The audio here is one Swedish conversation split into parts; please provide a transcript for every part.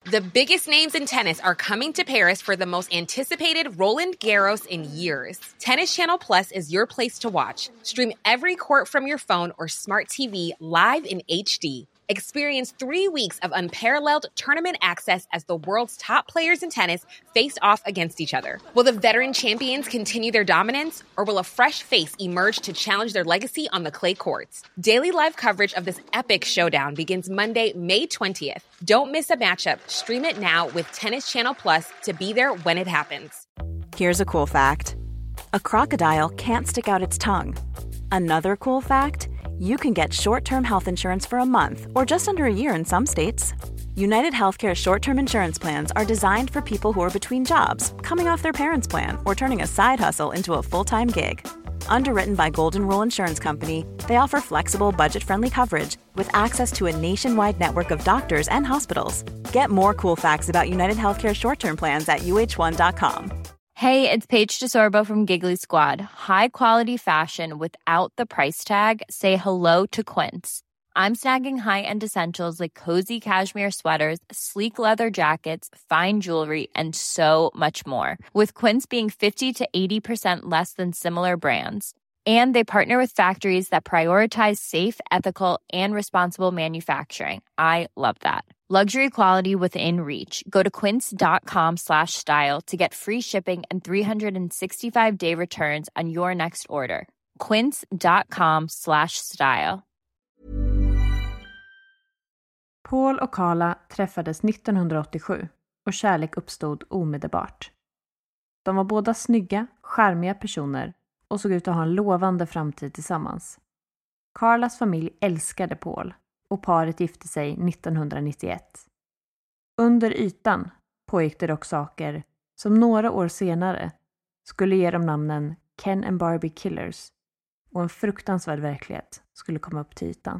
The biggest names in tennis are coming to Paris for the most anticipated Roland Garros in years. Tennis Channel Plus is your place to watch. Stream every court from your phone or smart TV live in HD. Experience 3 weeks of unparalleled tournament access as the world's top players in tennis face off against each other. Will the veteran champions continue their dominance, or will a fresh face emerge to challenge their legacy on the clay courts? Daily live coverage of this epic showdown begins Monday, May 20th. Don't miss a matchup. Stream it now with Tennis Channel Plus to be there when it happens. Here's a cool fact. A crocodile can't stick out its tongue. Another cool fact, you can get short-term health insurance for a month or just under a year in some states. United Healthcare short-term insurance plans are designed for people who are between jobs, coming off their parents' plan, or turning a side hustle into a full-time gig. Underwritten by Golden Rule Insurance Company, they offer flexible, budget-friendly coverage with access to a nationwide network of doctors and hospitals. Get more cool facts about United Healthcare short-term plans at uh1.com. Hey, it's Paige DeSorbo from Giggly Squad. High quality fashion without the price tag. Say hello to Quince. I'm snagging high-end essentials like cozy cashmere sweaters, sleek leather jackets, fine jewelry, and so much more. With Quince being 50 to 80% less than similar brands. And they partner with factories that prioritize safe, ethical, and responsible manufacturing. I love that. Luxury quality within reach. Go to quince.com/style to get free shipping and 365-day returns on your next order. Quince.com/style. Paul och Carla träffades 1987 och kärlek uppstod omedelbart. De var båda snygga, charmiga personer och såg ut att ha en lovande framtid tillsammans. Carlas familj älskade Paul och paret gifte sig 1991. Under ytan pågick det dock saker som några år senare skulle ge dem namnen Ken and Barbie Killers, och en fruktansvärd verklighet skulle komma upp till ytan.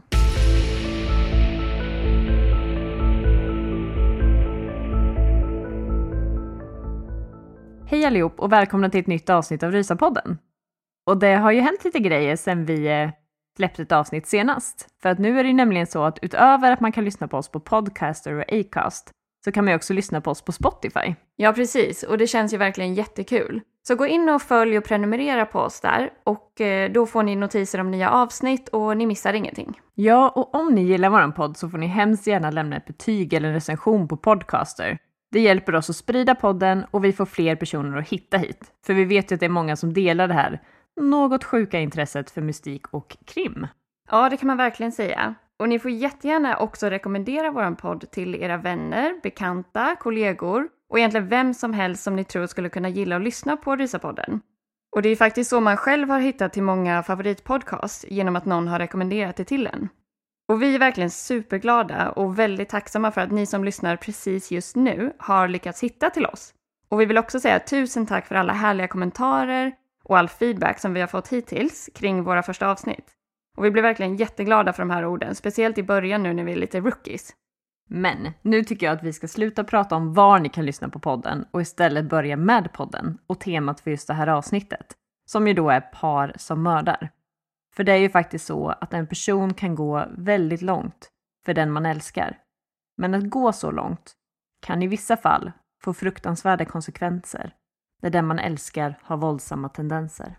Hej allihop och välkomna till ett nytt avsnitt av Rysapodden. Och det har ju hänt lite grejer sen vi släppte ett avsnitt senast. För att nu är det nämligen så att utöver att man kan lyssna på oss på Podcaster och Acast, så kan man ju också lyssna på oss på Spotify. Ja, precis. Och det känns ju verkligen jättekul. Så gå in och följ och prenumerera på oss där. Och då får ni notiser om nya avsnitt och ni missar ingenting. Ja, och om ni gillar våran podd så får ni hemskt gärna lämna ett betyg eller en recension på Podcaster. Det hjälper oss att sprida podden och vi får fler personer att hitta hit. För vi vet ju att det är många som delar det här något sjuka intresset för mystik och krim. Ja, det kan man verkligen säga. Och ni får jättegärna också rekommendera våran podd till era vänner, bekanta, kollegor och egentligen vem som helst som ni tror skulle kunna gilla att lyssna på Rysapodden. Och det är faktiskt så man själv har hittat till många favoritpodcasts genom att någon har rekommenderat det till en. Och vi är verkligen superglada och väldigt tacksamma för att ni som lyssnar precis just nu har lyckats hitta till oss. Och vi vill också säga tusen tack för alla härliga kommentarer och all feedback som vi har fått hittills kring våra första avsnitt. Och vi blir verkligen jätteglada för de här orden, speciellt i början nu när vi är lite rookies. Men nu tycker jag att vi ska sluta prata om var ni kan lyssna på podden och istället börja med podden och temat för just det här avsnittet, som ju då är par som mördar. För det är ju faktiskt så att en person kan gå väldigt långt för den man älskar. Men att gå så långt kan i vissa fall få fruktansvärda konsekvenser när den man älskar har våldsamma tendenser.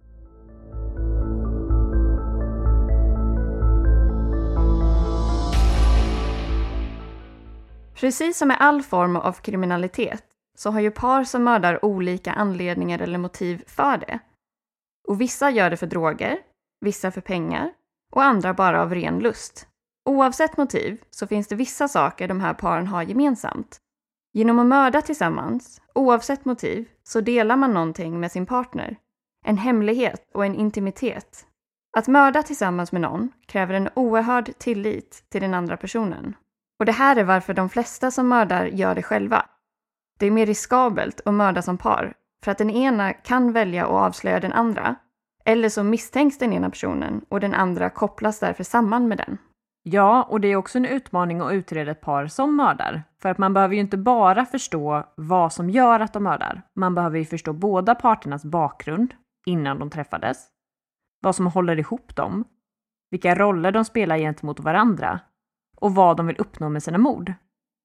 Precis som med all form av kriminalitet så har ju par som mördar olika anledningar eller motiv för det. Och vissa gör det för droger, vissa för pengar och andra bara av ren lust. Oavsett motiv så finns det vissa saker de här paren har gemensamt. Genom att mörda tillsammans, oavsett motiv, så delar man någonting med sin partner. En hemlighet och en intimitet. Att mörda tillsammans med någon kräver en oerhörd tillit till den andra personen. Och det här är varför de flesta som mördar gör det själva. Det är mer riskabelt att mörda som par, för att den ena kan välja att avslöja den andra. Eller så misstänks den ena personen och den andra kopplas därför samman med den. Ja, och det är också en utmaning att utreda ett par som mördar. För att man behöver ju inte bara förstå vad som gör att de mördar. Man behöver ju förstå båda parternas bakgrund innan de träffades. Vad som håller ihop dem. Vilka roller de spelar gentemot varandra. Och vad de vill uppnå med sina mord.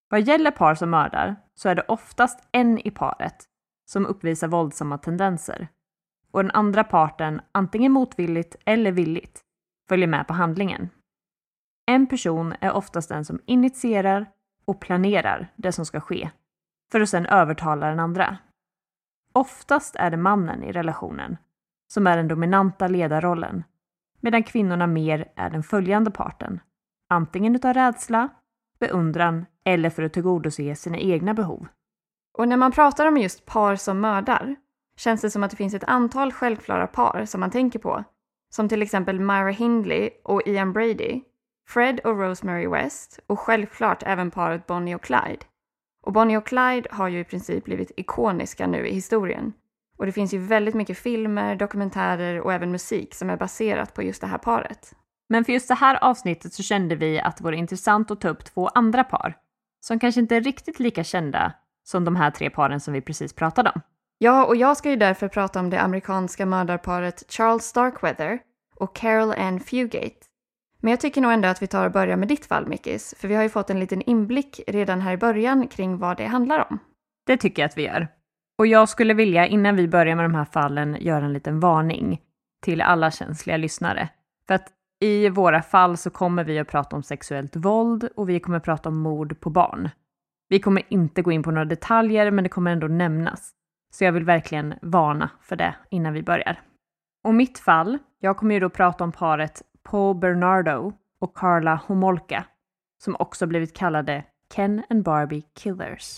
Vad gäller par som mördar så är det oftast en i paret som uppvisar våldsamma tendenser och den andra parten antingen motvilligt eller villigt följer med på handlingen. En person är oftast den som initierar och planerar det som ska ske för att sedan övertala den andra. Oftast är det mannen i relationen som är den dominanta ledarrollen, medan kvinnorna mer är den följande parten, antingen utav rädsla, beundran eller för att tillgodose sina egna behov. Och när man pratar om just par som mördar känns det som att det finns ett antal självklara par som man tänker på, som till exempel Myra Hindley och Ian Brady, Fred och Rosemary West och självklart även paret Bonnie och Clyde. Och Bonnie och Clyde har ju i princip blivit ikoniska nu i historien. Och det finns ju väldigt mycket filmer, dokumentärer och även musik som är baserat på just det här paret. Men för just det här avsnittet så kände vi att det vore intressant att ta upp 2 andra par som kanske inte är riktigt lika kända som de här 3 paren som vi precis pratade om. Ja, och jag ska ju därför prata om det amerikanska mördarparet Charles Starkweather och Carol Ann Fugate. Men jag tycker nog ändå att vi tar och börjar med ditt fall, Mickis, för vi har ju fått en liten inblick redan här i början kring vad det handlar om. Det tycker jag att vi gör. Och jag skulle vilja, innan vi börjar med de här fallen, göra en liten varning till alla känsliga lyssnare. För att i våra fall så kommer vi att prata om sexuellt våld och vi kommer att prata om mord på barn. Vi kommer inte gå in på några detaljer, men det kommer ändå nämnas. Så jag vill verkligen varna för det innan vi börjar. Och mitt fall, jag kommer ju då prata om paret Paul Bernardo och Karla Homolka, som också blivit kallade Ken and Barbie Killers.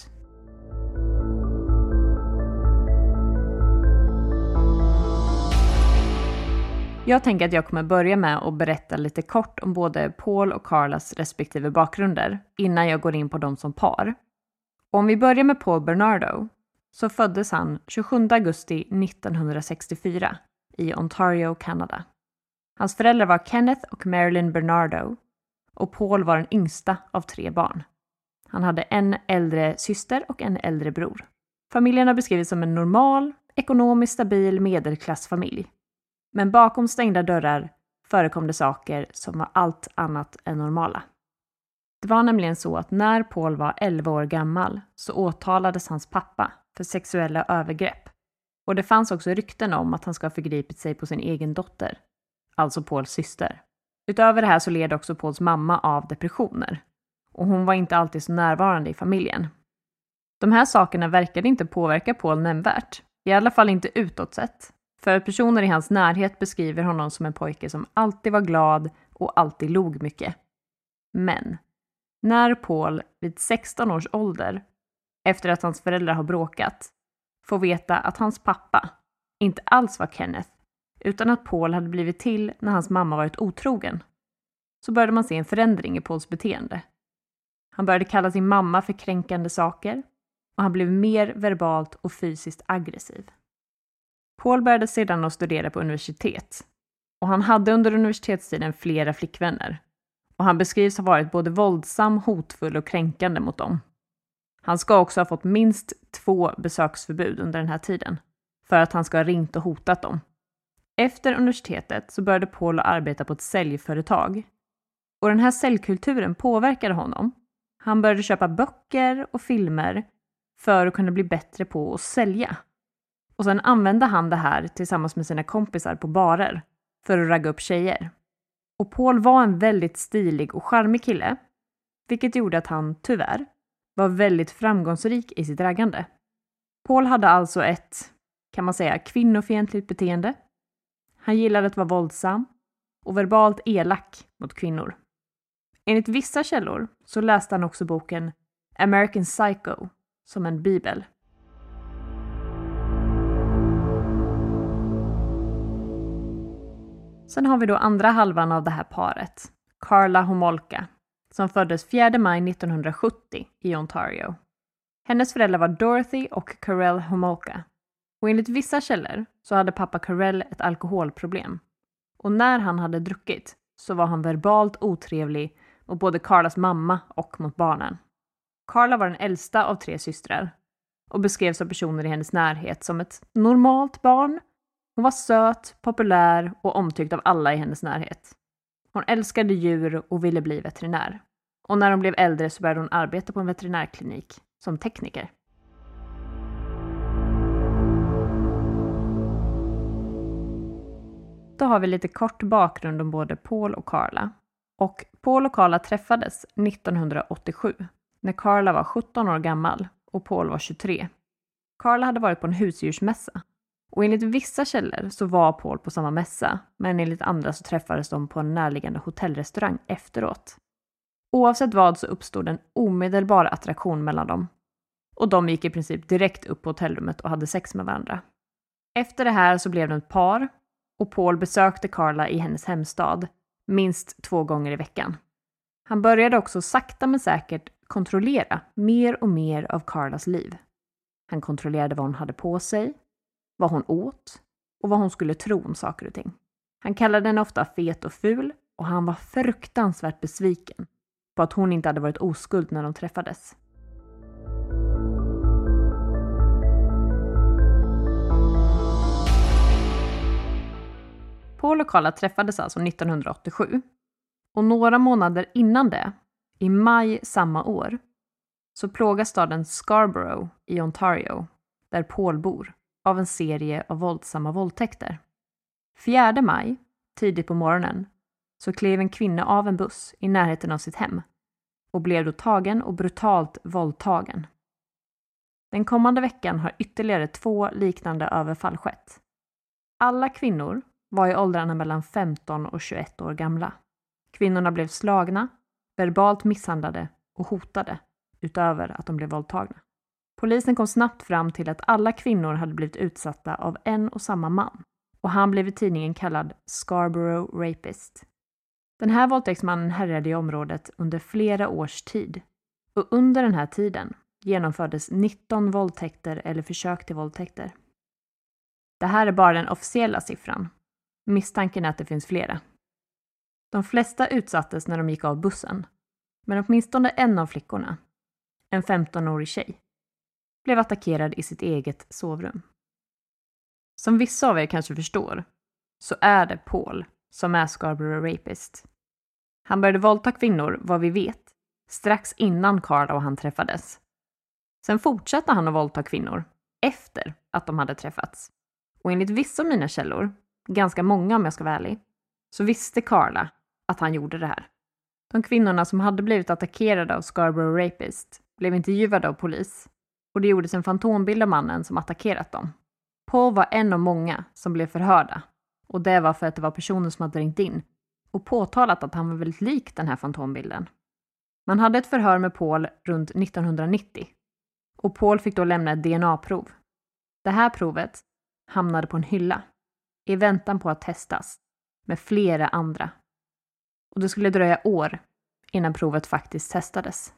Jag tänker att jag kommer börja med att berätta lite kort om både Paul och Karlas respektive bakgrunder innan jag går in på dem som par. Och om vi börjar med Paul Bernardo så föddes han 27 augusti 1964 i Ontario, Kanada. Hans föräldrar var Kenneth och Marilyn Bernardo och Paul var den yngsta av 3 barn. Han hade en äldre syster och en äldre bror. Familjen har beskrivits som en normal, ekonomiskt stabil medelklassfamilj. Men bakom stängda dörrar förekom det saker som var allt annat än normala. Det var nämligen så att när Paul var 11 år gammal så åtalades hans pappa för sexuella övergrepp. Och det fanns också rykten om att han ska ha förgripit sig på sin egen dotter, alltså Pauls syster. Utöver det här så led också Pauls mamma av depressioner. Och hon var inte alltid så närvarande i familjen. De här sakerna verkade inte påverka Paul nämnvärt. I alla fall inte utåt sett. För att personer i hans närhet beskriver honom som en pojke som alltid var glad och alltid log mycket. Men när Paul vid 16 års ålder, efter att hans föräldrar har bråkat, får veta att hans pappa inte alls var Kenneth, utan att Paul hade blivit till när hans mamma varit otrogen, så började man se en förändring i Pauls beteende. Han började kalla sin mamma för kränkande saker och han blev mer verbalt och fysiskt aggressiv. Paul började sedan att studera på universitet och han hade under universitetstiden flera flickvänner och han beskrivs ha varit både våldsam, hotfull och kränkande mot dem. Han ska också ha fått minst 2 besöksförbud under den här tiden för att han ska ha ringt och hotat dem. Efter universitetet så började Paul arbeta på ett säljföretag och den här säljkulturen påverkade honom. Han började köpa böcker och filmer för att kunna bli bättre på att sälja. Och sen använde han det här tillsammans med sina kompisar på barer för att ragga upp tjejer. Och Paul var en väldigt stilig och charmig kille, vilket gjorde att han tyvärr var väldigt framgångsrik i sitt raggande. Paul hade alltså ett, kan man säga, kvinnofientligt beteende. Han gillade att vara våldsam och verbalt elak mot kvinnor. Enligt vissa källor så läste han också boken American Psycho som en bibel. Sen har vi då andra halvan av det här paret, Karla Homolka, som föddes 4 maj 1970 i Ontario. Hennes föräldrar var Dorothy och Carell Homolka. Och enligt vissa källor så hade pappa Carell ett alkoholproblem. Och när han hade druckit så var han verbalt otrevlig mot både Karlas mamma och mot barnen. Karla var den äldsta av 3 systrar och beskrevs av personer i hennes närhet som ett normalt barn. Hon var söt, populär och omtyckt av alla i hennes närhet. Hon älskade djur och ville bli veterinär. Och när hon blev äldre så började hon arbeta på en veterinärklinik som tekniker. Då har vi lite kort bakgrund om både Paul och Carla. Och Paul och Carla träffades 1987 när Carla var 17 år gammal och Paul var 23. Carla hade varit på en husdjursmässa. Och enligt vissa källor så var Paul på samma mässa, men enligt andra så träffades de på en närliggande hotellrestaurang efteråt. Oavsett vad så uppstod en omedelbar attraktion mellan dem. Och de gick i princip direkt upp på hotellrummet och hade sex med varandra. Efter det här så blev de ett par och Paul besökte Carla i hennes hemstad minst 2 gånger i veckan. Han började också sakta men säkert kontrollera mer och mer av Carlas liv. Han kontrollerade vad hon hade på sig, vad hon åt och vad hon skulle tro om saker och ting. Han kallade henne ofta fet och ful och han var fruktansvärt besviken på att hon inte hade varit oskuld när de träffades. Paul och Carla träffades alltså 1987 och några månader innan det, i maj samma år, så plågas staden Scarborough i Ontario, där Paul bor, av en serie av våldsamma våldtäkter. 4 maj, tidigt på morgonen, så klev en kvinna av en buss i närheten av sitt hem och blev då tagen och brutalt våldtagen. Den kommande veckan har ytterligare 2 liknande överfall skett. Alla kvinnor var i åldrarna mellan 15 och 21 år gamla. Kvinnorna blev slagna, verbalt misshandlade och hotade utöver att de blev våldtagna. Polisen kom snabbt fram till att alla kvinnor hade blivit utsatta av en och samma man och han blev i tidningen kallad Scarborough Rapist. Den här våldtäktsmannen härjade i området under flera års tid och under den här tiden genomfördes 19 våldtäkter eller försök till våldtäkter. Det här är bara den officiella siffran. Misstanken är att det finns flera. De flesta utsattes när de gick av bussen, men åtminstone en av flickorna, en 15-årig tjej, blev attackerad i sitt eget sovrum. Som vissa av er kanske förstår så är det Paul som är Scarborough Rapist. Han började våldta kvinnor, vad vi vet, strax innan Carla och han träffades. Sen fortsatte han att våldta kvinnor efter att de hade träffats. Och enligt vissa av mina källor, ganska många om jag ska vara ärlig, så visste Carla att han gjorde det här. De kvinnorna som hade blivit attackerade av Scarborough Rapist blev intervjuade av polis och det gjordes en fantombild av mannen som attackerat dem. Paul var en av många som blev förhörda och det var för att det var personer som hade ringt in och påtalat att han var väldigt lik den här fantombilden. Man hade ett förhör med Paul runt 1990 och Paul fick då lämna ett DNA-prov. Det här provet hamnade på en hylla i väntan på att testas med flera andra. Och det skulle dröja år innan provet faktiskt testades.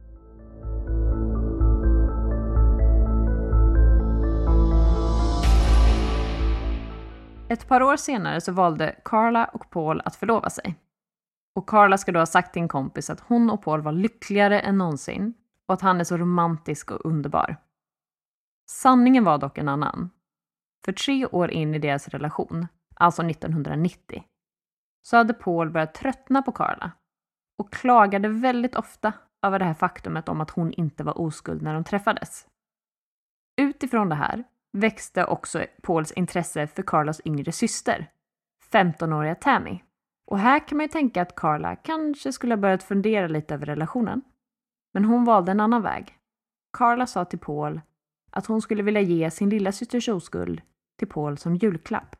Ett par år senare så valde Carla och Paul att förlova sig. Och Carla ska då ha sagt till en kompis att hon och Paul var lyckligare än någonsin och att han är så romantisk och underbar. Sanningen var dock en annan. För 3 år in i deras relation, alltså 1990, så hade Paul börjat tröttna på Carla och klagade väldigt ofta över det här faktumet om att hon inte var oskuld när de träffades. Utifrån det här växte också Pauls intresse för Carlas yngre syster, 15-åriga Tammy. Och här kan man ju tänka att Carla kanske skulle ha börjat fundera lite över relationen. Men hon valde en annan väg. Carla sa till Paul att hon skulle vilja ge sin lilla systers oskuld till Paul som julklapp.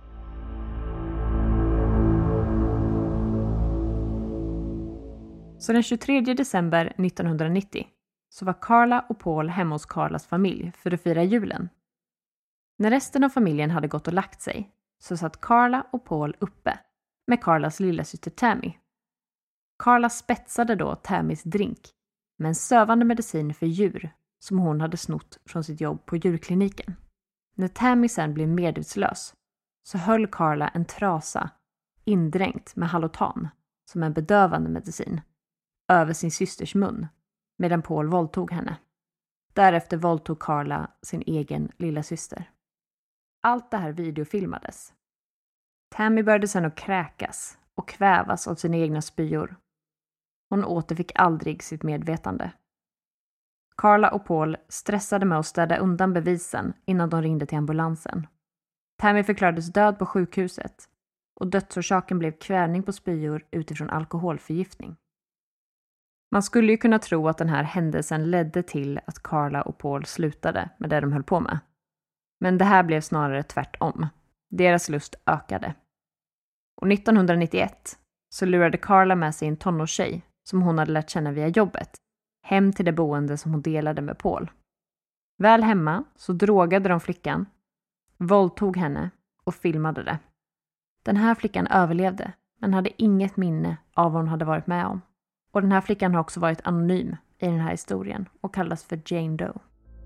Så den 23 december 1990 så var Carla och Paul hemma hos Carlas familj för att fira julen. När resten av familjen hade gått och lagt sig så satt Carla och Paul uppe med Carlas lilla syster Tammy. Carla spetsade då Tammys drink med en sövande medicin för djur som hon hade snott från sitt jobb på djurkliniken. När Tammy sen blev medvetslös så höll Carla en trasa indränkt med halotan som en bedövande medicin över sin systers mun medan Paul våldtog henne. Därefter våldtog Carla sin egen lilla syster. Allt det här videofilmades. Tammy började sedan att kräkas och kvävas av sina egna spyor. Hon återfick aldrig sitt medvetande. Carla och Paul stressade med att städa undan bevisen innan de ringde till ambulansen. Tammy förklarades död på sjukhuset och dödsorsaken blev kvävning på spyor utifrån alkoholförgiftning. Man skulle ju kunna tro att den här händelsen ledde till att Carla och Paul slutade med det de höll på med. Men det här blev snarare tvärtom. Deras lust ökade. Och 1991 så lurade Carla med sig en tonårstjej som hon hade lärt känna via jobbet hem till det boende som hon delade med Paul. Väl hemma så drogade de flickan, våldtog henne och filmade det. Den här flickan överlevde men hade inget minne av vad hon hade varit med om. Och den här flickan har också varit anonym i den här historien och kallas för Jane Doe.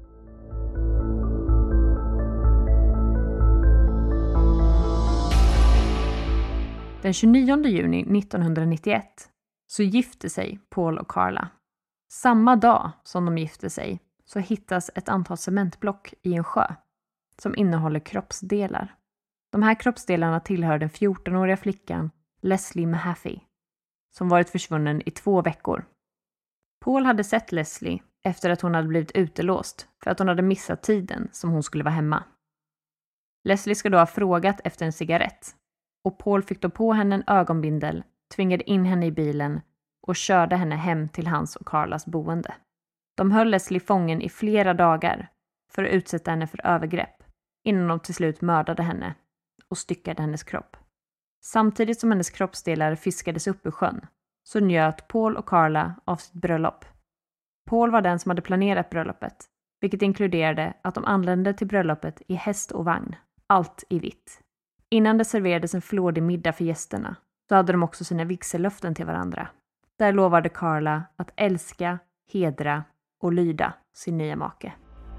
Den 29 juni 1991 så gifte sig Paul och Carla. Samma dag som de gifte sig så hittas ett antal cementblock i en sjö som innehåller kroppsdelar. De här kroppsdelarna tillhör den 14-åriga flickan Leslie Mahaffey som varit försvunnen i 2 veckor. Paul hade sett Leslie efter att hon hade blivit utelåst för att hon hade missat tiden som hon skulle vara hemma. Leslie ska då ha frågat efter en cigarett och Paul fick då på henne en ögonbindel, tvingade in henne i bilen och körde henne hem till hans och Carlas boende. De höll Leslie fången i flera dagar för att utsätta henne för övergrepp innan de till slut mördade henne och styckade hennes kropp. Samtidigt som hennes kroppsdelar fiskades upp ur sjön så njöt Paul och Carla av sitt bröllop. Paul var den som hade planerat bröllopet, vilket inkluderade att de anlände till bröllopet i häst och vagn, allt i vitt. Innan det serverades en flådig middag för gästerna så hade de också sina vigsellöften till varandra. Där lovade Carla att älska, hedra och lyda sin nya make.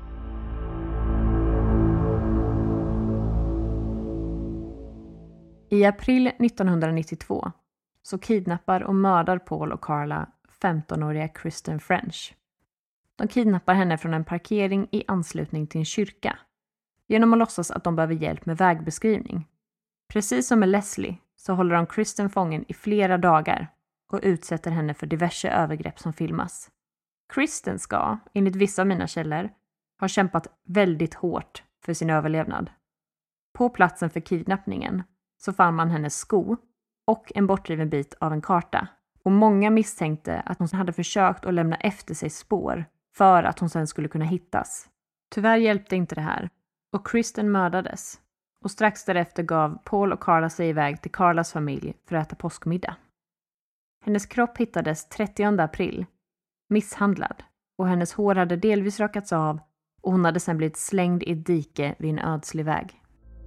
I april 1992 så kidnappar och mördar Paul och Carla 15-åriga Kristen French. De kidnappar henne från en parkering i anslutning till en kyrka genom att låtsas att de behöver hjälp med vägbeskrivning. Precis som med Leslie så håller de Kristen fången i flera dagar och utsätter henne för diverse övergrepp som filmas. Kristen ska, enligt vissa av mina källor, ha kämpat väldigt hårt för sin överlevnad. På platsen för kidnappningen så fann man hennes sko och en bortdriven bit av en karta. Och många misstänkte att hon hade försökt att lämna efter sig spår för att hon sen skulle kunna hittas. Tyvärr hjälpte inte det här och Kristen mördades. Och strax därefter gav Paul och Carla sig iväg till Carlas familj för att äta påskmiddag. Hennes kropp hittades 30 april, misshandlad, och hennes hår hade delvis rakats av och hon hade sedan blivit slängd i ett dike vid en ödslig väg.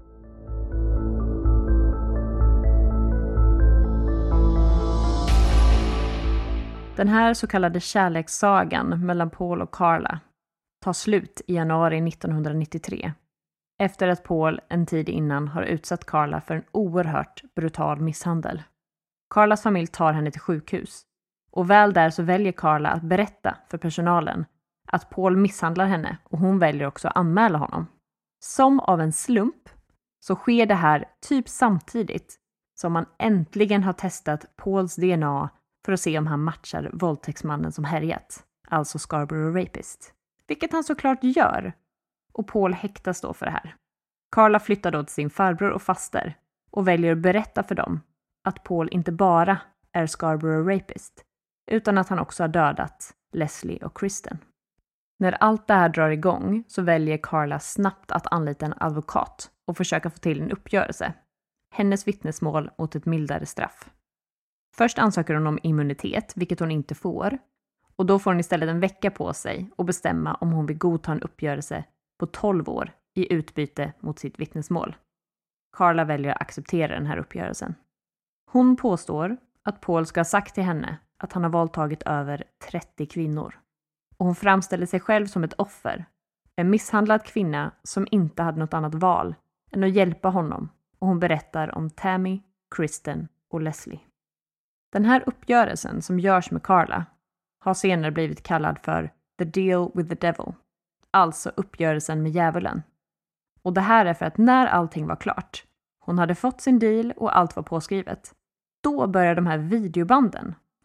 Den här så kallade kärlekssagan mellan Paul och Carla tar slut i januari 1993. Efter att Paul en tid innan har utsatt Carla för en oerhört brutal misshandel. Carlas familj tar henne till sjukhus. Och väl där så väljer Carla att berätta för personalen att Paul misshandlar henne och hon väljer också att anmäla honom. Som av en slump så sker det här typ samtidigt som man äntligen har testat Pauls DNA för att se om han matchar våldtäktsmannen som härjat, alltså Scarborough Rapist. Vilket han såklart gör. Och Paul häktas då för det här. Carla flyttar då till sin farbror och faster och väljer att berätta för dem att Paul inte bara är Scarborough Rapist utan att han också har dödat Leslie och Kristen. När allt det här drar igång så väljer Carla snabbt att anlita en advokat och försöka få till en uppgörelse. Hennes vittnesmål mot ett mildare straff. Först ansöker hon om immunitet, vilket hon inte får. Och då får hon istället en vecka på sig och bestämma om hon vill godta en uppgörelse på 12 år i utbyte mot sitt vittnesmål. Carla väljer att acceptera den här uppgörelsen. Hon påstår att Paul ska ha sagt till henne att han har våldtagit över 30 kvinnor. Och hon framställer sig själv som ett offer. En misshandlad kvinna som inte hade något annat val än att hjälpa honom. Och hon berättar om Tammy, Kristen och Leslie. Den här uppgörelsen som görs med Carla har senare blivit kallad för The Deal with the Devil. Alltså uppgörelsen med djävulen. Och det här är för att när allting var klart, hon hade fått sin deal och allt var påskrivet, då började de här videobanden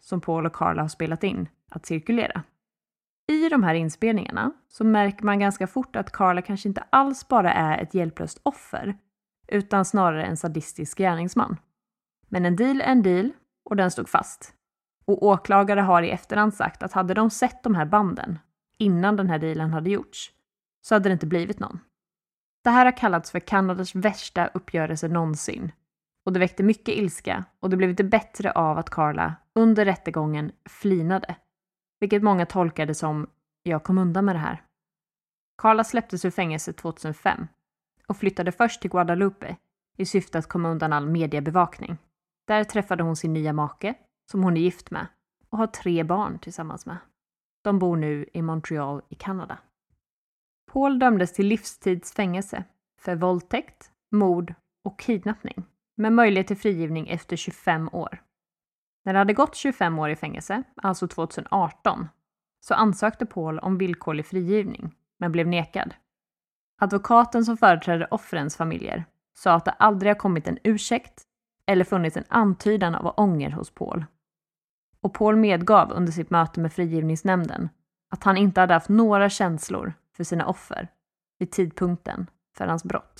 som Paul och Carla har spelat in att cirkulera. I de här inspelningarna så märker man ganska fort att Carla kanske inte alls bara är ett hjälplöst offer, utan snarare en sadistisk gärningsman. Men en deal är en deal och den stod fast. Och åklagare har i efterhand sagt att hade de sett de här banden innan den här dealen hade gjorts så hade det inte blivit någon. Det här har kallats för Kanadas värsta uppgörelse någonsin. Och det väckte mycket ilska och det blev inte bättre av att Carla under rättegången flinade. Vilket många tolkade som jag kom undan med det här. Carla släpptes ur fängelset 2005 och flyttade först till Guadalupe i syfte att komma undan all mediebevakning. Där träffade hon sin nya make som hon är gift med och har 3 barn tillsammans med. De bor nu i Montreal i Kanada. Paul dömdes till livstidsfängelse för våldtäkt, mord och kidnappning med möjlighet till frigivning efter 25 år. När det hade gått 25 år i fängelse, alltså 2018, så ansökte Paul om villkorlig frigivning men blev nekad. Advokaten som företrädde offrens familjer sa att det aldrig har kommit en ursäkt eller funnits en antydan av ånger hos Paul. Och Paul medgav under sitt möte med frigivningsnämnden att han inte hade haft några känslor för sina offer vid tidpunkten för hans brott.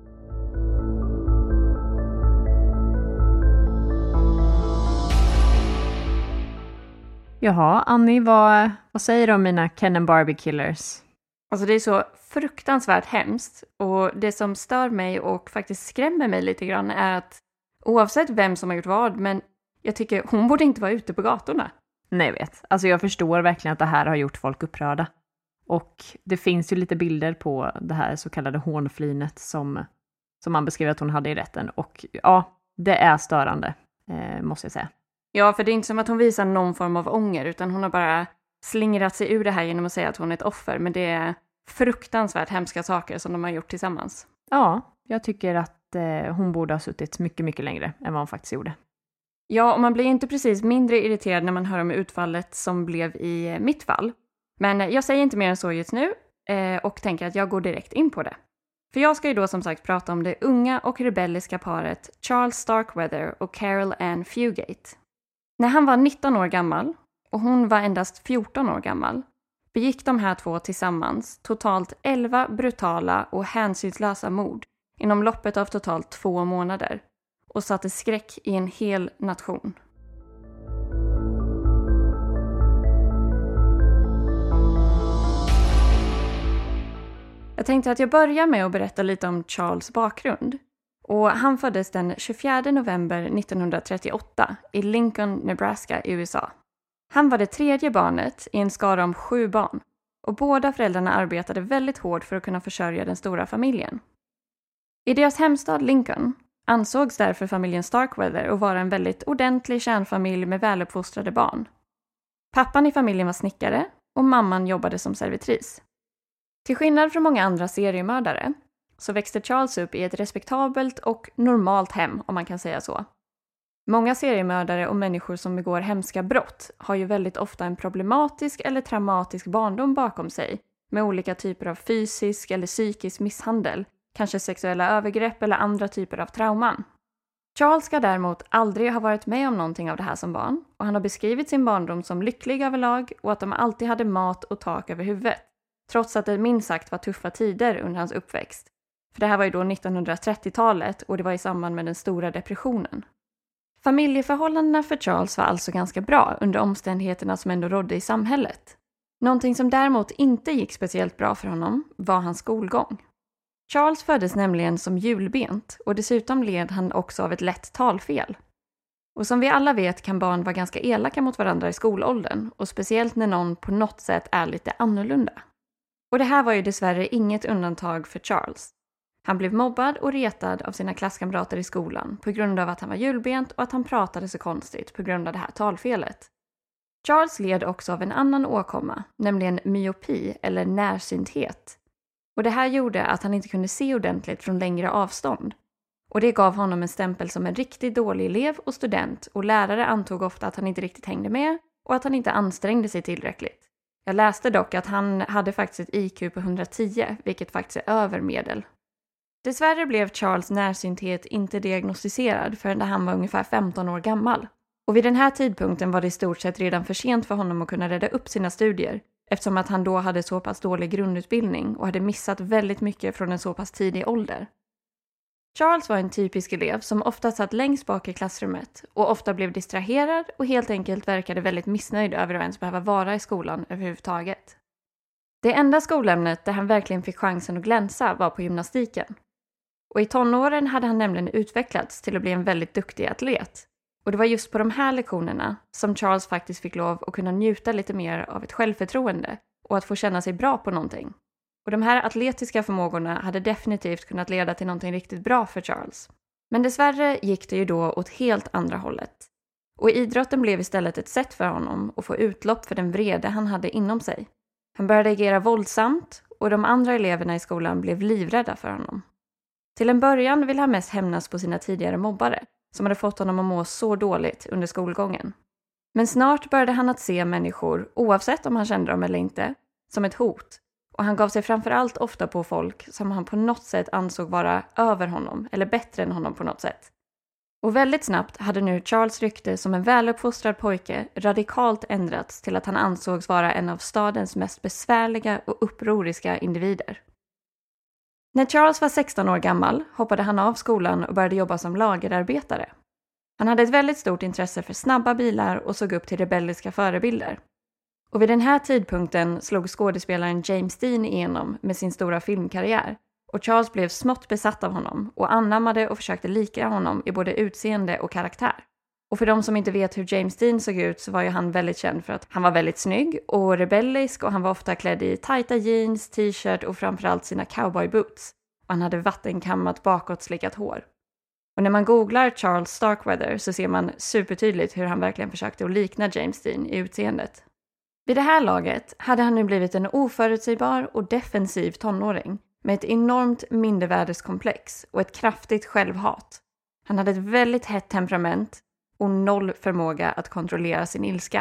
Jaha, Annie, vad säger du om mina Ken and Barbie killers? Alltså det är så fruktansvärt hemskt och det som stör mig och faktiskt skrämmer mig lite grann är att oavsett vem som har gjort vad, men jag tycker hon borde inte vara ute på gatorna. Nej, jag vet. Alltså jag förstår verkligen att det här har gjort folk upprörda. Och det finns ju lite bilder på det här så kallade hånflinet som man beskrev att hon hade i rätten. Och ja, det är störande, måste jag säga. Ja, för det är inte som att hon visar någon form av ånger utan hon har bara slingrat sig ur det här genom att säga att hon är ett offer. Men det är fruktansvärt hemska saker som de har gjort tillsammans. Ja, jag tycker att hon borde ha suttit mycket, mycket längre än vad hon faktiskt gjorde. Ja, och man blir inte precis mindre irriterad när man hör om utfallet som blev i mitt fall. Men jag säger inte mer än så just nu och tänker att jag går direkt in på det. För jag ska ju då som sagt prata om det unga och rebelliska paret Charles Starkweather och Carol Ann Fugate. När han var 19 år gammal och hon var endast 14 år gammal begick de här två tillsammans totalt 11 brutala och hänsynslösa mord inom loppet av totalt 2 månader och satte skräck i en hel nation. Jag tänkte att jag börjar med att berätta lite om Charles bakgrund. Och han föddes den 24 november 1938 i Lincoln, Nebraska i USA. Han var det 3:e barnet i en skara om 7 barn och båda föräldrarna arbetade väldigt hårt för att kunna försörja den stora familjen. I deras hemstad Lincoln ansågs därför familjen Starkweather att vara en väldigt ordentlig kärnfamilj med väluppfostrade barn. Pappan i familjen var snickare och mamman jobbade som servitris. Till skillnad från många andra seriemördare så växte Charles upp i ett respektabelt och normalt hem, om man kan säga så. Många seriemördare och människor som begår hemska brott har ju väldigt ofta en problematisk eller traumatisk barndom bakom sig med olika typer av fysisk eller psykisk misshandel, kanske sexuella övergrepp eller andra typer av trauman. Charles ska däremot aldrig ha varit med om någonting av det här som barn och han har beskrivit sin barndom som lycklig överlag och att de alltid hade mat och tak över huvudet, trots att det minst sagt var tuffa tider under hans uppväxt. För det här var ju då 1930-talet och det var i samband med den stora depressionen. Familjeförhållandena för Charles var alltså ganska bra under omständigheterna som ändå rådde i samhället. Någonting som däremot inte gick speciellt bra för honom var hans skolgång. Charles föddes nämligen som hjulbent och dessutom led han också av ett lätt talfel. Och som vi alla vet kan barn vara ganska elaka mot varandra i skolåldern och speciellt när någon på något sätt är lite annorlunda. Och det här var ju dessvärre inget undantag för Charles. Han blev mobbad och retad av sina klasskamrater i skolan på grund av att han var hjulbent och att han pratade så konstigt på grund av det här talfelet. Charles led också av en annan åkomma, nämligen myopi eller närsynthet. Och det här gjorde att han inte kunde se ordentligt från längre avstånd. Och det gav honom en stämpel som en riktigt dålig elev och student och lärare antog ofta att han inte riktigt hängde med och att han inte ansträngde sig tillräckligt. Jag läste dock att han hade faktiskt ett IQ på 110, vilket faktiskt är över medel. Dessvärre blev Charles närsynthet inte diagnostiserad förrän han var ungefär 15 år gammal. Och vid den här tidpunkten var det i stort sett redan för sent för honom att kunna rädda upp sina studier, eftersom att han då hade så pass dålig grundutbildning och hade missat väldigt mycket från en så pass tidig ålder. Charles var en typisk elev som ofta satt längst bak i klassrummet och ofta blev distraherad och helt enkelt verkade väldigt missnöjd över att ens behöva vara i skolan överhuvudtaget. Det enda skolämnet där han verkligen fick chansen att glänsa var på gymnastiken. Och i tonåren hade han nämligen utvecklats till att bli en väldigt duktig atlet. Och det var just på de här lektionerna som Charles faktiskt fick lov att kunna njuta lite mer av ett självförtroende och att få känna sig bra på någonting. Och de här atletiska förmågorna hade definitivt kunnat leda till någonting riktigt bra för Charles. Men dessvärre gick det ju då åt helt andra hållet. Och idrotten blev istället ett sätt för honom att få utlopp för den vrede han hade inom sig. Han började agera våldsamt och de andra eleverna i skolan blev livrädda för honom. Till en början ville han mest hämnas på sina tidigare mobbare, som hade fått honom att må så dåligt under skolgången. Men snart började han att se människor, oavsett om han kände dem eller inte, som ett hot. Och han gav sig framförallt ofta på folk som han på något sätt ansåg vara över honom eller bättre än honom på något sätt. Och väldigt snabbt hade nu Charles rykte som en väluppfostrad pojke radikalt ändrats till att han ansågs vara en av stadens mest besvärliga och upproriska individer. När Charles var 16 år gammal hoppade han av skolan och började jobba som lagerarbetare. Han hade ett väldigt stort intresse för snabba bilar och såg upp till rebelliska förebilder. Och vid den här tidpunkten slog skådespelaren James Dean igenom med sin stora filmkarriär. Och Charles blev smått besatt av honom och anammade och försökte lika honom i både utseende och karaktär. Och för de som inte vet hur James Dean såg ut så var ju han väldigt känd för att han var väldigt snygg och rebellisk och han var ofta klädd i tajta jeans, t-shirt och framförallt sina cowboyboots. Och han hade vattenkammat bakåtslickat hår. Och när man googlar Charles Starkweather så ser man supertydligt hur han verkligen försökte att likna James Dean i utseendet. Vid det här laget hade han nu blivit en oförutsägbar och defensiv tonåring med ett enormt mindervärdeskomplex och ett kraftigt självhat. Han hade ett väldigt hett temperament och noll förmåga att kontrollera sin ilska.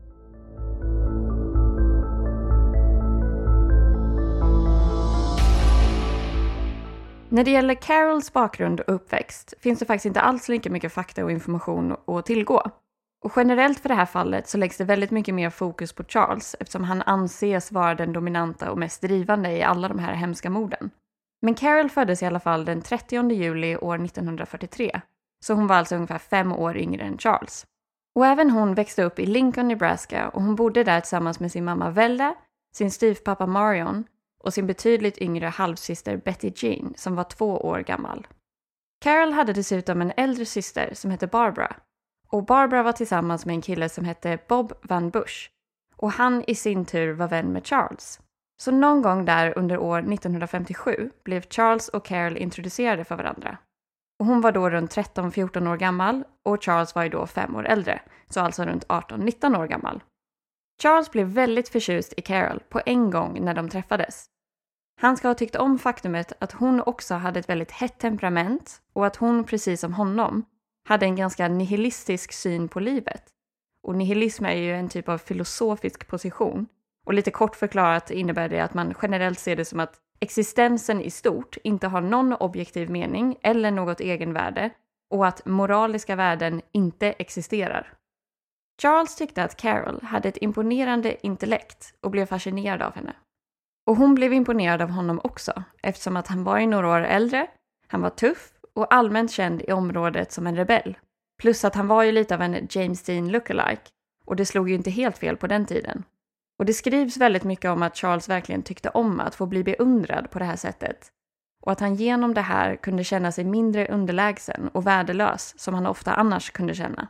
När det gäller Carols bakgrund och uppväxt finns det faktiskt inte alls lika mycket fakta och information att tillgå. Och generellt för det här fallet så läggs det väldigt mycket mer fokus på Charles eftersom han anses vara den dominanta och mest drivande i alla de här hemska morden. Men Carol föddes i alla fall den 30 juli år 1943, så hon var alltså ungefär 5 år yngre än Charles. Och även hon växte upp i Lincoln, Nebraska och hon bodde där tillsammans med sin mamma Vella, sin styvpappa Marion och sin betydligt yngre halvsyster Betty Jean som var 2 år gammal. Carol hade dessutom en äldre syster som hette Barbara. Och Barbara var tillsammans med en kille som hette Bob Van Bush. Och han i sin tur var vän med Charles. Så någon gång där under år 1957 blev Charles och Carol introducerade för varandra. Och hon var då runt 13-14 år gammal och Charles var ju då 5 år äldre. Så alltså runt 18-19 år gammal. Charles blev väldigt förtjust i Carol på en gång när de träffades. Han ska ha tyckt om faktumet att hon också hade ett väldigt hett temperament och att hon precis som honom hade en ganska nihilistisk syn på livet. Och nihilism är ju en typ av filosofisk position. Och lite kort förklarat innebär det att man generellt ser det som att existensen i stort inte har någon objektiv mening eller något egenvärde och att moraliska värden inte existerar. Charles tyckte att Carol hade ett imponerande intellekt och blev fascinerad av henne. Och hon blev imponerad av honom också eftersom att han var ju några år äldre, han var tuff och allmänt känd i området som en rebell. Plus att han var ju lite av en James Dean lookalike och det slog ju inte helt fel på den tiden. Och det skrivs väldigt mycket om att Charles verkligen tyckte om att få bli beundrad på det här sättet. Och att han genom det här kunde känna sig mindre underlägsen och värdelös som han ofta annars kunde känna.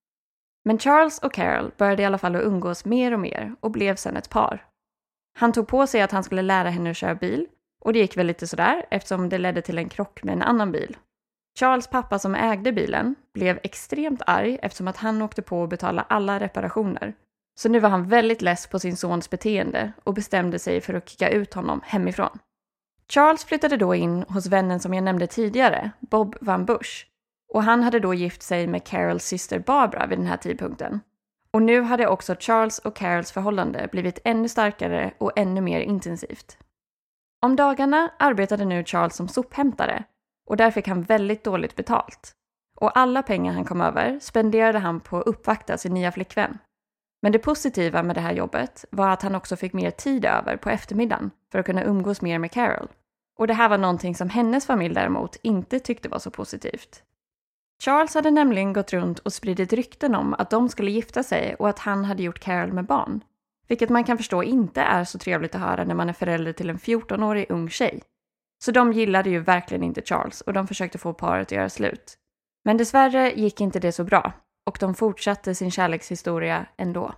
Men Charles och Carol började i alla fall att umgås mer och mer och blev sedan ett par. Han tog på sig att han skulle lära henne att köra bil och det gick väl lite sådär eftersom det ledde till en krock med en annan bil. Charles pappa som ägde bilen blev extremt arg eftersom att han åkte på att betala alla reparationer. Så nu var han väldigt less på sin sons beteende och bestämde sig för att kicka ut honom hemifrån. Charles flyttade då in hos vännen som jag nämnde tidigare, Bob Van Bush. Och han hade då gift sig med Carols syster Barbara vid den här tidpunkten. Och nu hade också Charles och Carols förhållande blivit ännu starkare och ännu mer intensivt. Om dagarna arbetade nu Charles som sophämtare och där fick han väldigt dåligt betalt. och alla pengar han kom över spenderade han på att uppvakta sin nya flickvän. Men det positiva med det här jobbet var att han också fick mer tid över på eftermiddagen för att kunna umgås mer med Carol. Och det här var någonting som hennes familj däremot inte tyckte var så positivt. Charles hade nämligen gått runt och spridit rykten om att de skulle gifta sig och att han hade gjort Carol med barn. Vilket man kan förstå inte är så trevligt att höra när man är förälder till en 14-årig ung tjej. Så de gillade ju verkligen inte Charles och de försökte få paret att göra slut. Men dessvärre gick inte det så bra och de fortsatte sin kärlekshistoria ändå.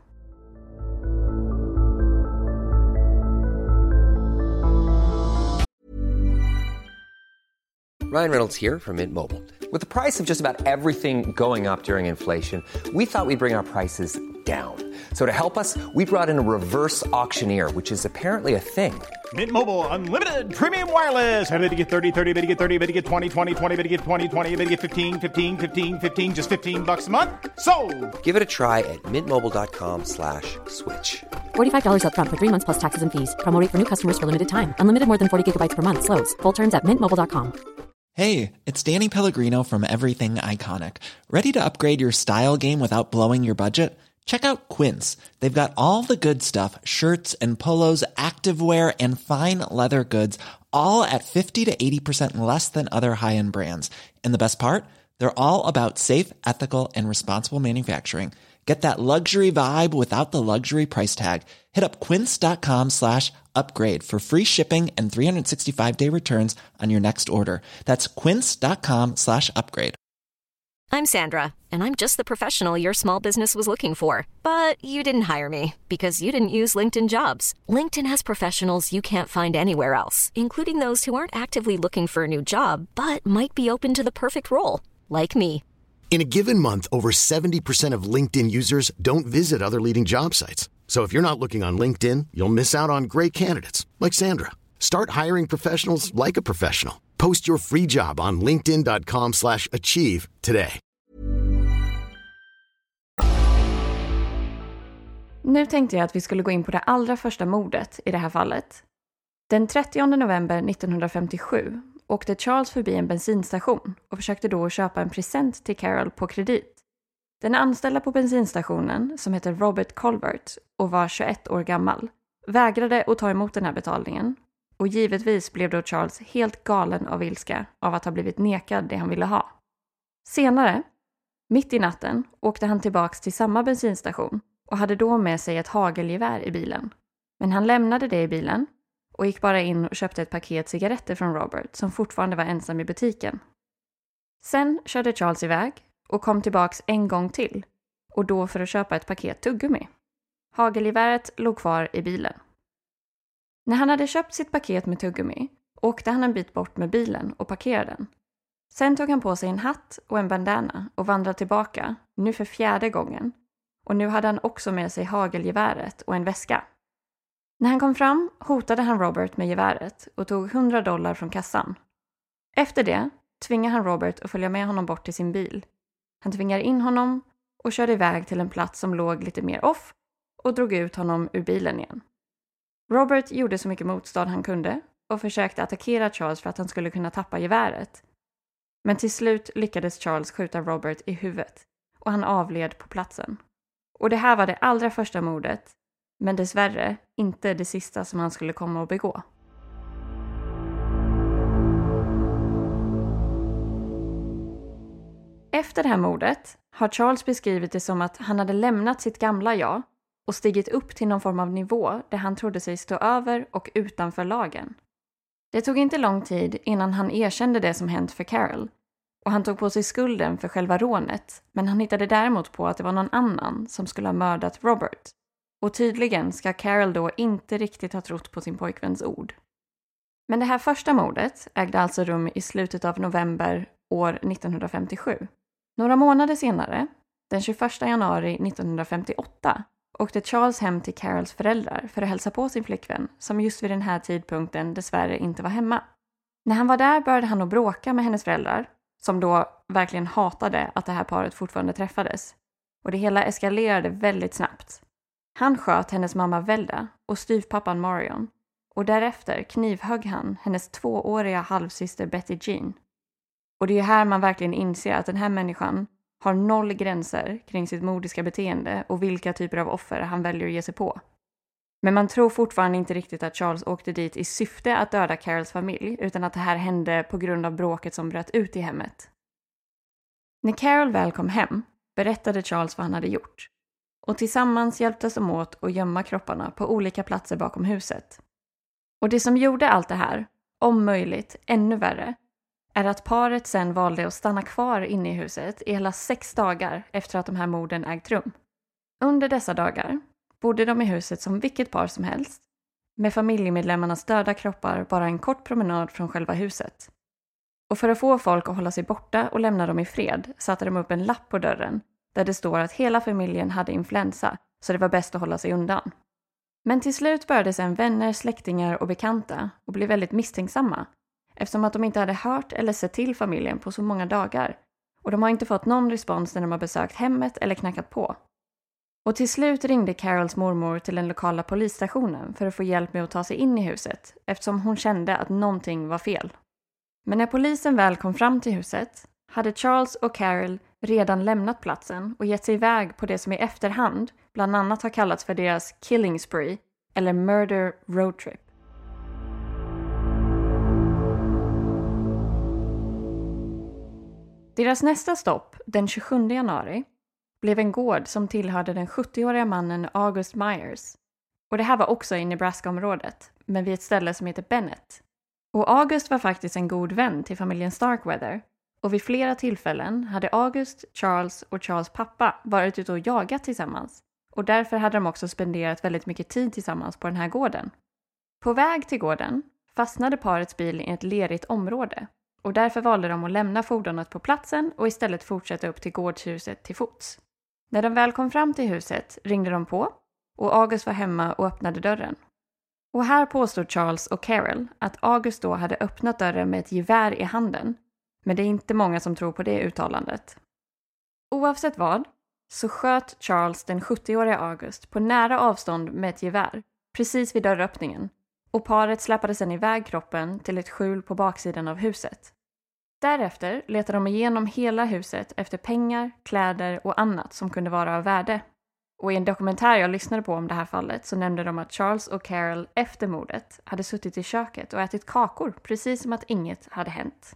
Ryan Reynolds here from Mint Mobile. With the price of just about everything going up during inflation, we thought we'd bring our prices down. So to help us, we brought in a reverse auctioneer, which is apparently a thing. Mint Mobile Unlimited Premium Wireless. How to get 30, 30, bit to get 30, bit to get 20, 20, 20, bit to get 20, 20, bit to get 15, 15, 15, 15, just $15 a month? Sold! Give it a try at mintmobile.com/switch. $45 up front for 3 months plus taxes and fees. Promo rate for new customers for limited time. Unlimited more than 40 gigabytes per month. Slows full terms at mintmobile.com. Hey, it's Danny Pellegrino from Everything Iconic. Ready to upgrade your style game without blowing your budget? Check out Quince. They've got all the good stuff, shirts and polos, activewear, and fine leather goods, all at 50 to 80% less than other high-end brands. And the best part? They're all about safe, ethical, and responsible manufacturing. Get that luxury vibe without the luxury price tag. Hit up quince.com/upgrade for free shipping and 365-day returns on your next order. That's quince.com/upgrade. I'm Sandra, and I'm just the professional your small business was looking for. But you didn't hire me because you didn't use LinkedIn Jobs. LinkedIn has professionals you can't find anywhere else, including those who aren't actively looking for a new job, but might be open to the perfect role, like me. In a given month, over 70% of LinkedIn users don't visit other leading job sites. So if you're not looking on LinkedIn, you'll miss out on great candidates like Sandra. Start hiring professionals like a professional. Post your free job on linkedin.com/achieve today. Nu tänkte jag att vi skulle gå in på det allra första mordet i det här fallet. Den 30 november 1957 åkte Charles förbi en bensinstation och försökte då köpa en present till Carol på kredit. Den anställda på bensinstationen, som heter Robert Colbert och var 21 år gammal, vägrade att ta emot den här betalningen. Och givetvis blev då Charles helt galen av ilska av att ha blivit nekad det han ville ha. Senare, mitt i natten, åkte han tillbaks till samma bensinstation och hade då med sig ett hagelgevär i bilen. Men han lämnade det i bilen och gick bara in och köpte ett paket cigaretter från Robert som fortfarande var ensam i butiken. Sen körde Charles iväg och kom tillbaks en gång till och då för att köpa ett paket tuggummi. Hagelgeväret låg kvar i bilen. När han hade köpt sitt paket med tuggummi åkte han en bit bort med bilen och parkerade den. Sen tog han på sig en hatt och en bandana och vandrade tillbaka, nu för 4:e gången. Och nu hade han också med sig hagelgeväret och en väska. När han kom fram hotade han Robert med geväret och tog $100 från kassan. Efter det tvingade han Robert att följa med honom bort till sin bil. Han tvingade in honom och körde iväg till en plats som låg lite mer off och drog ut honom ur bilen igen. Robert gjorde så mycket motstånd han kunde och försökte attackera Charles för att han skulle kunna tappa geväret. Men till slut lyckades Charles skjuta Robert i huvudet och han avled på platsen. Och det här var det allra första mordet, men dessvärre inte det sista som han skulle komma att begå. Efter det här mordet har Charles beskrivit det som att han hade lämnat sitt gamla jag och stigit upp till någon form av nivå där han trodde sig stå över och utanför lagen. Det tog inte lång tid innan han erkände det som hänt för Carol och han tog på sig skulden för själva rånet, men han hittade däremot på att det var någon annan som skulle ha mördat Robert. Och tydligen ska Carol då inte riktigt ha trott på sin pojkväns ord. Men det här första mordet ägde alltså rum i slutet av november år 1957. Några månader senare, den 21 januari 1958, åkte Charles hem till Carols föräldrar för att hälsa på sin flickvän som just vid den här tidpunkten dessvärre inte var hemma. När han var där började han att bråka med hennes föräldrar, som då verkligen hatade att det här paret fortfarande träffades. Och det hela eskalerade väldigt snabbt. Han sköt hennes mamma Velda och styvpappan Marion. Och därefter knivhögg han hennes 2-åriga halvsyster Betty Jean. Och det är här man verkligen inser att den här människan har 0 gränser kring sitt modiska beteende och vilka typer av offer han väljer att ge sig på. Men man tror fortfarande inte riktigt att Charles åkte dit i syfte att döda Carols familj, utan att det här hände på grund av bråket som bröt ut i hemmet. När Carol väl kom hem berättade Charles vad han hade gjort. Och tillsammans hjälptes de åt att gömma kropparna på olika platser bakom huset. Och det som gjorde allt det här, om möjligt ännu värre, är att paret sen valde att stanna kvar inne i huset i hela 6 dagar efter att de här morden ägt rum. Under dessa dagar bodde de i huset som vilket par som helst, med familjemedlemmarnas döda kroppar bara en kort promenad från själva huset. Och för att få folk att hålla sig borta och lämna dem i fred satte de upp en lapp på dörren där det står att hela familjen hade influensa, så det var bäst att hålla sig undan. Men till slut började sen vänner, släktingar och bekanta och bli väldigt misstänksamma, eftersom att de inte hade hört eller sett till familjen på så många dagar, och de har inte fått någon respons när de har besökt hemmet eller knackat på. Och till slut ringde Carols mormor till den lokala polisstationen för att få hjälp med att ta sig in i huset, eftersom hon kände att någonting var fel. Men när polisen väl kom fram till huset hade Charles och Carol redan lämnat platsen och gett sig iväg på det som i efterhand bland annat har kallats för deras killing spree eller murder road trip. Deras nästa stopp den 27 januari blev en gård som tillhörde den 70-åriga mannen August Myers. Och det här var också i Nebraska-området, men vid ett ställe som heter Bennett. Och August var faktiskt en god vän till familjen Starkweather. Och vid flera tillfällen hade August, Charles och Charles pappa varit ute och jagat tillsammans. Och därför hade de också spenderat väldigt mycket tid tillsammans på den här gården. På väg till gården fastnade parets bil i ett lerigt område. Och därför valde de att lämna fordonet på platsen och istället fortsätta upp till gårdshuset till fots. När de väl kom fram till huset ringde de på och August var hemma och öppnade dörren. Och här påstod Charles och Carol att August då hade öppnat dörren med ett gevär i handen. Men det är inte många som tror på det uttalandet. Oavsett vad så sköt Charles den 70-åriga August på nära avstånd med ett gevär precis vid dörröppningen. Och paret släpade sedan iväg kroppen till ett skjul på baksidan av huset. Därefter letade de igenom hela huset efter pengar, kläder och annat som kunde vara av värde. Och i en dokumentär jag lyssnade på om det här fallet så nämnde de att Charles och Carol efter mordet hade suttit i köket och ätit kakor precis som att inget hade hänt.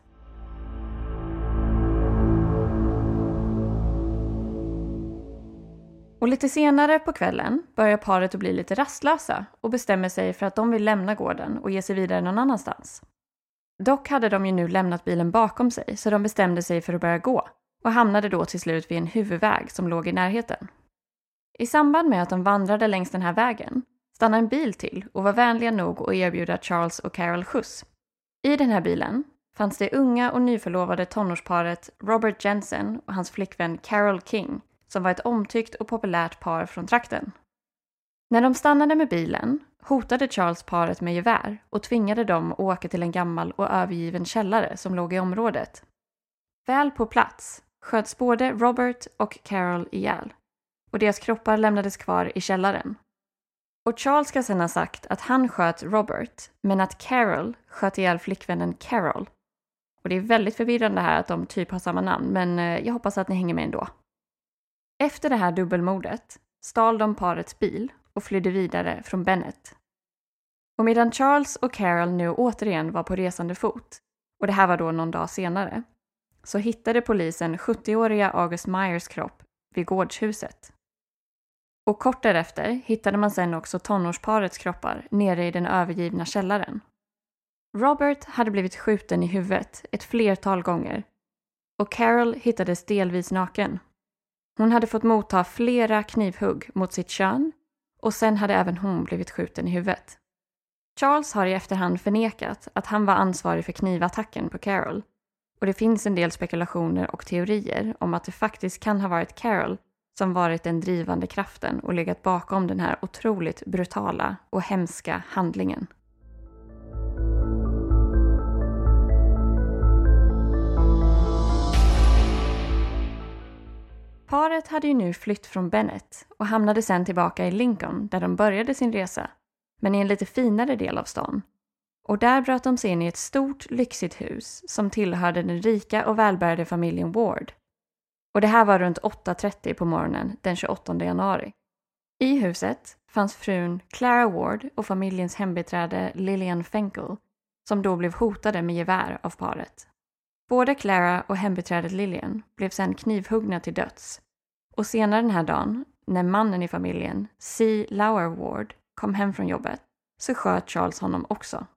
Och lite senare på kvällen börjar paret att bli lite rastlösa och bestämmer sig för att de vill lämna gården och ge sig vidare någon annanstans. Dock hade de ju nu lämnat bilen bakom sig så de bestämde sig för att börja gå och hamnade då till slut vid en huvudväg som låg i närheten. I samband med att de vandrade längs den här vägen stannade en bil till och var vänliga nog att erbjuda Charles och Carol skjuts. I den här bilen fanns det unga och nyförlovade tonårsparet Robert Jensen och hans flickvän Carol King som var ett omtyckt och populärt par från trakten. När de stannade med bilen hotade Charles paret med gevär och tvingade dem att åka till en gammal och övergiven källare som låg i området. Väl på plats sköts både Robert och Carol ihjäl och deras kroppar lämnades kvar i källaren. Och Charles ska sedan ha sagt att han sköt Robert men att Carol sköt ihjäl flickvännen Carol. Och det är väldigt förvirrande här att de typ har samma namn, men jag hoppas att ni hänger med ändå. Efter det här dubbelmordet stal de parets bil och flydde vidare från Bennett. Och medan Charles och Carol nu återigen var på resande fot, och det här var då någon dag senare, så hittade polisen 70-åriga August Myers kropp vid gårdshuset. Och kort därefter hittade man sen också tonårsparets kroppar nere i den övergivna källaren. Robert hade blivit skjuten i huvudet ett flertal gånger och Carol hittades delvis naken. Hon hade fått motta flera knivhugg mot sitt kön och sen hade även hon blivit skjuten i huvudet. Charles har i efterhand förnekat att han var ansvarig för knivattacken på Carol och det finns en del spekulationer och teorier om att det faktiskt kan ha varit Carol som varit den drivande kraften och legat bakom den här otroligt brutala och hemska handlingen. Paret hade ju nu flytt från Bennett och hamnade sen tillbaka i Lincoln där de började sin resa, men i en lite finare del av stan. Och där bröt de sig in i ett stort, lyxigt hus som tillhörde den rika och välbärgade familjen Ward. Och det här var runt 8:30 på morgonen den 28 januari. I huset fanns frun Clara Ward och familjens hembiträde Lillian Fenkel, som då blev hotade med gevär av paret. Både Clara och hembiträdet Lillian blev sedan knivhuggna till döds. Och senare den här dagen, när mannen i familjen, C. Lauer Ward, kom hem från jobbet, så sköt Charles honom också.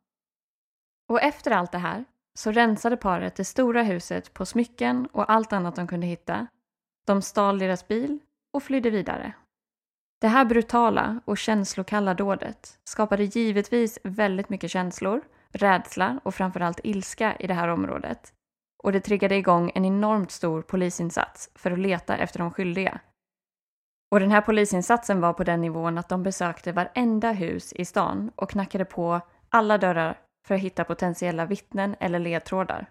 Och efter allt det här så rensade paret det stora huset på smycken och allt annat de kunde hitta. De stal deras bil och flydde vidare. Det här brutala och känslokalla dådet skapade givetvis väldigt mycket känslor, rädsla och framförallt ilska i det här området. Och det triggade igång en enormt stor polisinsats för att leta efter de skyldiga. Och den här polisinsatsen var på den nivån att de besökte varenda hus i stan och knackade på alla dörrar för att hitta potentiella vittnen eller ledtrådar.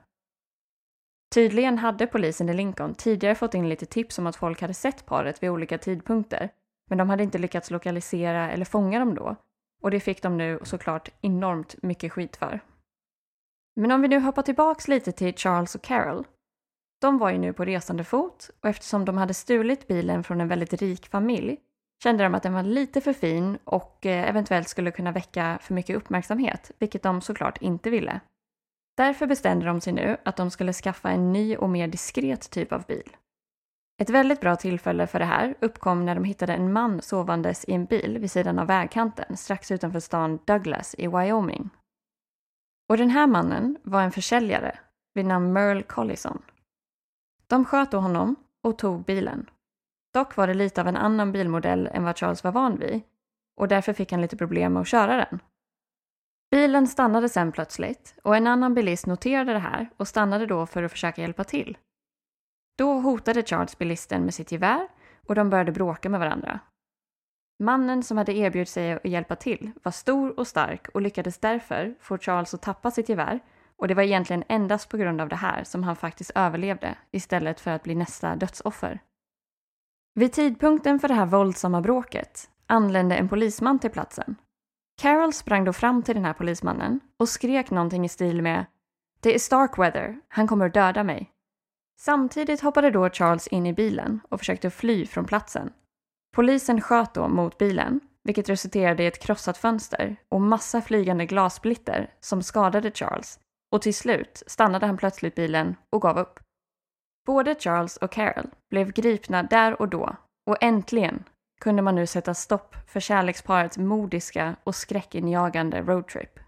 Tydligen hade polisen i Lincoln tidigare fått in lite tips om att folk hade sett paret vid olika tidpunkter, men de hade inte lyckats lokalisera eller fånga dem då, och det fick de nu såklart enormt mycket skit för. Men om vi nu hoppar tillbaks lite till Charles och Carol. De var ju nu på resande fot, och eftersom de hade stulit bilen från en väldigt rik familj kände de att den var lite för fin och eventuellt skulle kunna väcka för mycket uppmärksamhet, vilket de såklart inte ville. Därför bestämde de sig nu att de skulle skaffa en ny och mer diskret typ av bil. Ett väldigt bra tillfälle för det här uppkom när de hittade en man sovandes i en bil vid sidan av vägkanten strax utanför stan Douglas i Wyoming. Och den här mannen var en försäljare vid namn Merle Collison. De sköt då honom och tog bilen. Dock var det lite av en annan bilmodell än vad Charles var van vid, och därför fick han lite problem med att köra den. Bilen stannade sen plötsligt, och en annan bilist noterade det här och stannade då för att försöka hjälpa till. Då hotade Charles bilisten med sitt gevär och de började bråka med varandra. Mannen som hade erbjudit sig att hjälpa till var stor och stark och lyckades därför få Charles att tappa sitt gevär, och det var egentligen endast på grund av det här som han faktiskt överlevde istället för att bli nästa dödsoffer. Vid tidpunkten för det här våldsamma bråket anlände en polisman till platsen. Carol sprang då fram till den här polismannen och skrek någonting i stil med "Det är Starkweather, han kommer att döda mig." Samtidigt hoppade då Charles in i bilen och försökte fly från platsen. Polisen sköt då mot bilen, vilket resulterade i ett krossat fönster och massa flygande glassplitter som skadade Charles, och till slut stannade han plötsligt bilen och gav upp. Både Charles och Carol blev gripna där och då, och äntligen kunde man nu sätta stopp för kärleksparets modiska och skräckinjagande roadtrip.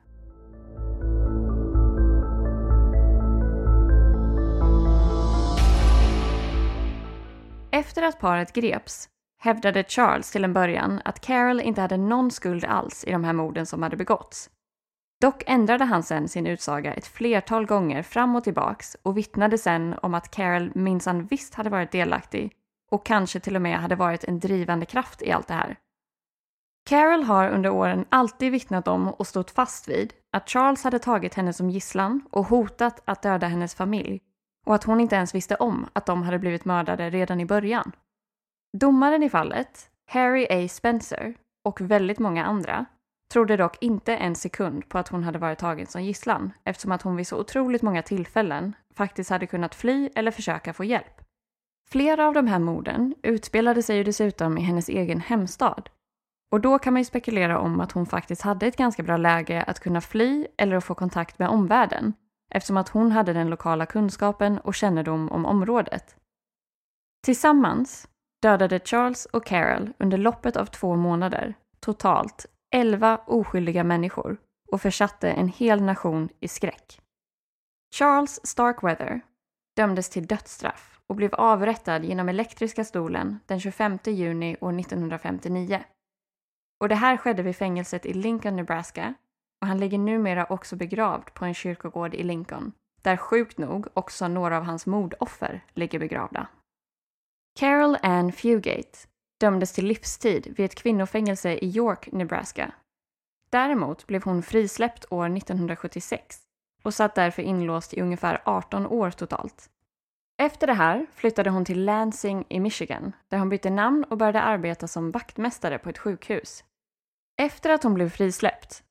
Efter att paret greps hävdade Charles till en början att Carol inte hade någon skuld alls i de här morden som hade begåtts. Dock ändrade han sen sin utsaga ett flertal gånger fram och tillbaks och vittnade sen om att Carol minsann visst hade varit delaktig och kanske till och med hade varit en drivande kraft i allt det här. Carol har under åren alltid vittnat om och stått fast vid att Charles hade tagit henne som gisslan och hotat att döda hennes familj, och att hon inte ens visste om att de hade blivit mördade redan i början. Domaren i fallet, Harry A. Spencer, och väldigt många andra trodde dock inte en sekund på att hon hade varit tagen som gisslan, eftersom att hon vid så otroligt många tillfällen faktiskt hade kunnat fly eller försöka få hjälp. Flera av de här morden utspelade sig ju dessutom i hennes egen hemstad, och då kan man ju spekulera om att hon faktiskt hade ett ganska bra läge att kunna fly eller att få kontakt med omvärlden, eftersom att hon hade den lokala kunskapen och kännedom om området. Tillsammans dödade Charles och Carol under loppet av 2 månader totalt 11 oskyldiga människor och försatte en hel nation i skräck. Charles Starkweather dömdes till dödsstraff och blev avrättad genom elektriska stolen den 25 juni år 1959. Och det här skedde vid fängelset i Lincoln, Nebraska, och han ligger numera också begravd på en kyrkogård i Lincoln, där sjukt nog också några av hans mordoffer ligger begravda. Carol Ann Fugate dömdes till livstid vid ett kvinnofängelse i York, Nebraska. Däremot blev hon frisläppt år 1976 och satt därför inlåst i ungefär 18 år totalt. Efter det här flyttade hon till Lansing i Michigan, där hon bytte namn och började arbeta som vaktmästare på ett sjukhus. Efter att hon blev frisläppt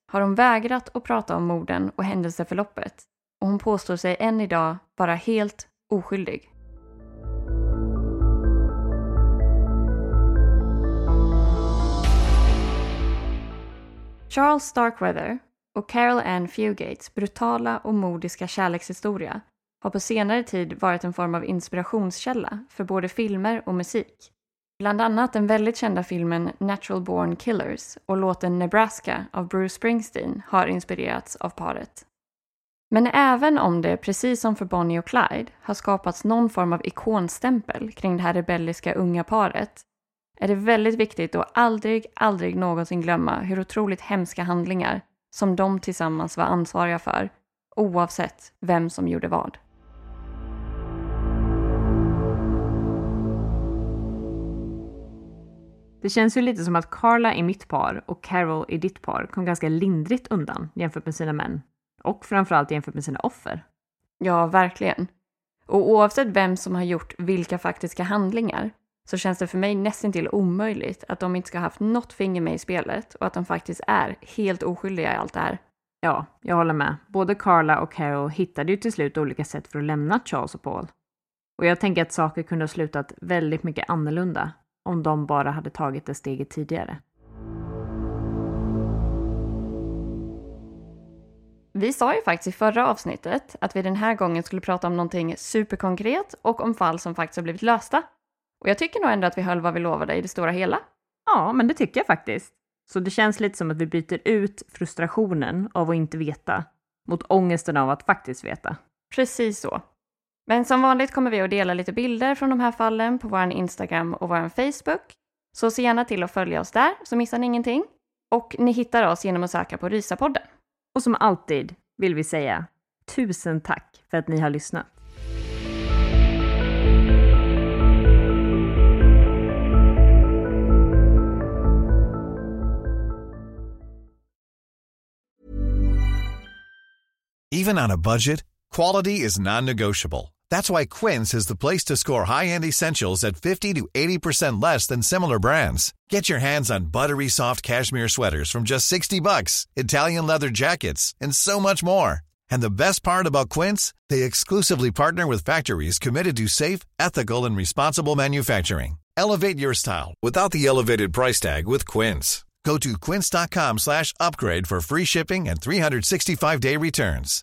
har hon vägrat att prata om morden och händelseförloppet, och hon påstår sig än idag vara helt oskyldig. Charles Starkweather och Carol Ann Fugates brutala och modiska kärlekshistoria har på senare tid varit en form av inspirationskälla för både filmer och musik. Bland annat den väldigt kända filmen Natural Born Killers och låten Nebraska av Bruce Springsteen har inspirerats av paret. Men även om det, precis som för Bonnie och Clyde, har skapats någon form av ikonstämpel kring det här rebelliska unga paret, är det väldigt viktigt att aldrig någonsin glömma hur otroligt hemska handlingar som de tillsammans var ansvariga för, oavsett vem som gjorde vad. Det känns ju lite som att Carla i mitt par och Carol i ditt par kom ganska lindrigt undan jämfört med sina män. Och framförallt jämfört med sina offer. Ja, verkligen. Och oavsett vem som har gjort vilka faktiska handlingar så känns det för mig nästintill omöjligt att de inte ska ha haft något finger med i spelet och att de faktiskt är helt oskyldiga i allt det här. Ja, jag håller med. Både Carla och Carol hittade ju till slut olika sätt för att lämna Charles och Paul. Och jag tänker att saker kunde ha slutat väldigt mycket annorlunda om de bara hade tagit det steget tidigare. Vi sa ju faktiskt i förra avsnittet att vi den här gången skulle prata om någonting superkonkret och om fall som faktiskt har blivit lösta. Och jag tycker nog ändå att vi höll vad vi lovade i det stora hela. Ja, men det tycker jag faktiskt. Så det känns lite som att vi byter ut frustrationen av att inte veta mot ångesten av att faktiskt veta. Precis så. Men som vanligt kommer vi att dela lite bilder från de här fallen på vår Instagram och vår Facebook. Så se gärna till att följa oss där så missar ni ingenting. Och ni hittar oss genom att söka på Rysapodden. Och som alltid vill vi säga 1000 tack för att ni har lyssnat. Even on a budget, quality is non-negotiable. That's why Quince is the place to score high-end essentials at 50 to 80% less than similar brands. Get your hands on buttery soft cashmere sweaters from just $60, Italian leather jackets, and so much more. And the best part about Quince, they exclusively partner with factories committed to safe, ethical, and responsible manufacturing. Elevate your style without the elevated price tag with Quince. Go to quince.com/upgrade for free shipping and 365-day returns.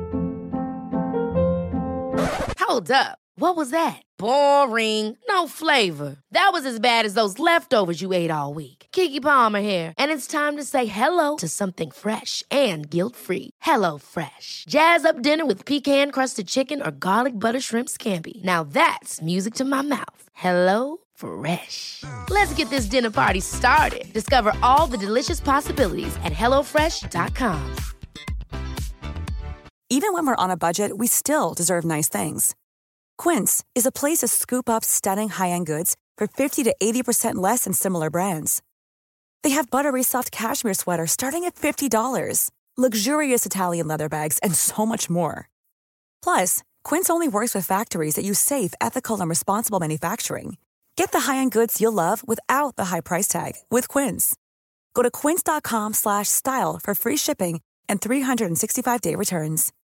Hold up. What was that? Boring. No flavor. That was as bad as those leftovers you ate all week. Keke Palmer here, and it's time to say hello to something fresh and guilt-free. Hello Fresh. Jazz up dinner with pecan-crusted chicken or garlic butter shrimp scampi. Now that's music to my mouth. Hello Fresh. Let's get this dinner party started. Discover all the delicious possibilities at hellofresh.com. Even when we're on a budget, we still deserve nice things. Quince is a place to scoop up stunning high-end goods for 50 to 80% less than similar brands. They have buttery soft cashmere sweaters starting at $50, luxurious Italian leather bags, and so much more. Plus, Quince only works with factories that use safe, ethical, and responsible manufacturing. Get the high-end goods you'll love without the high price tag with Quince. Go to quince.com/style for free shipping and 365-day returns.